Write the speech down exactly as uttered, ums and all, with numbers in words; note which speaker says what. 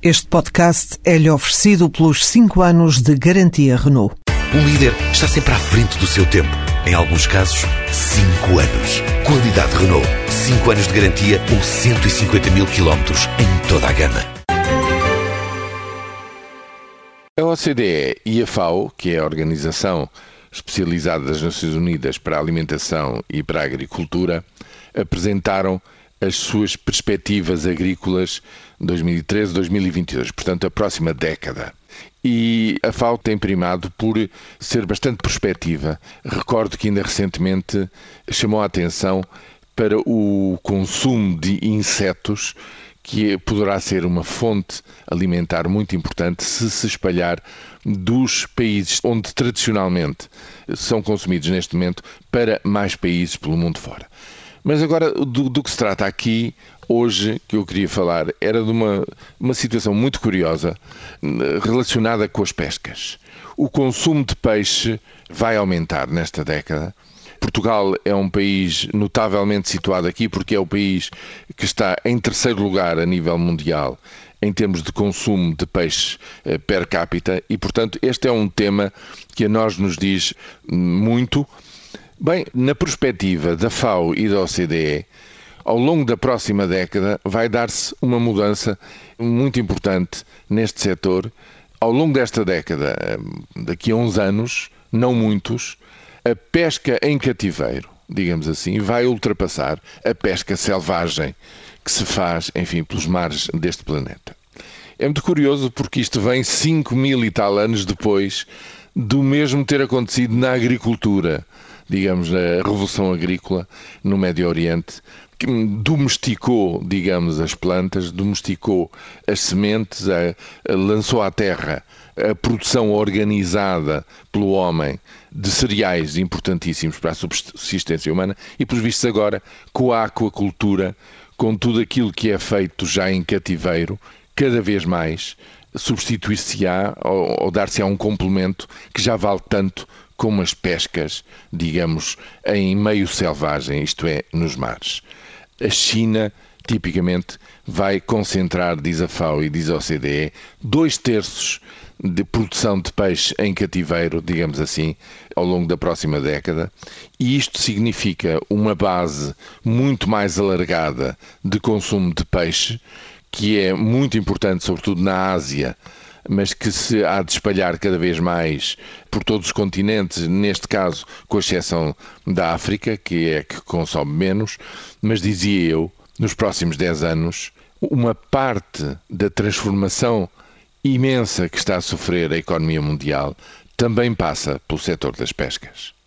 Speaker 1: Este podcast é-lhe oferecido pelos cinco anos de garantia Renault.
Speaker 2: Um líder está sempre à frente do seu tempo. Em alguns casos, cinco anos. Qualidade Renault. cinco anos de garantia ou cento e cinquenta mil quilómetros em toda a gama.
Speaker 3: A O C D E e a FAO, que é a Organização Especializada das Nações Unidas para a Alimentação e para a Agricultura, apresentaram as suas perspectivas agrícolas dois mil e treze a dois mil e vinte e dois, portanto a próxima década. E a FAO tem primado por ser bastante prospectiva. Recordo que ainda recentemente chamou a atenção para o consumo de insetos, que poderá ser uma fonte alimentar muito importante se se espalhar dos países onde tradicionalmente são consumidos neste momento para mais países pelo mundo fora. Mas agora, do, do que se trata aqui, hoje, que eu queria falar, era de uma, uma situação muito curiosa relacionada com as pescas. O consumo de peixe vai aumentar nesta década. Portugal é um país notavelmente situado aqui porque é o país que está em terceiro lugar a nível mundial em termos de consumo de peixe per capita e, portanto, este é um tema que a nós nos diz muito. Bem, na perspectiva da FAO e da O C D E, ao longo da próxima década vai dar-se uma mudança muito importante neste setor. Ao longo desta década, daqui a uns anos, não muitos, a pesca em cativeiro, digamos assim, vai ultrapassar a pesca selvagem que se faz, enfim, pelos mares deste planeta. É muito curioso porque isto vem cinco mil e tal anos depois do mesmo ter acontecido na agricultura, digamos, na Revolução Agrícola no Médio Oriente, que domesticou, digamos, as plantas, domesticou as sementes, a, a, lançou à terra a produção organizada pelo homem de cereais importantíssimos para a subsistência humana e, pelos vistos agora, com a aquacultura, com tudo aquilo que é feito já em cativeiro, cada vez mais substituir-se-á ou, ou dar-se-á um complemento que já vale tanto como as pescas, digamos, em meio selvagem, isto é, nos mares. A China, tipicamente, vai concentrar, diz a FAO e diz a O C D E, dois terços de produção de peixe em cativeiro, digamos assim, ao longo da próxima década, e isto significa uma base muito mais alargada de consumo de peixe, que é muito importante, sobretudo na Ásia, mas que se há de espalhar cada vez mais por todos os continentes, neste caso com exceção da África, que é a que consome menos, mas dizia eu, nos próximos dez anos, uma parte da transformação imensa que está a sofrer a economia mundial também passa pelo setor das pescas.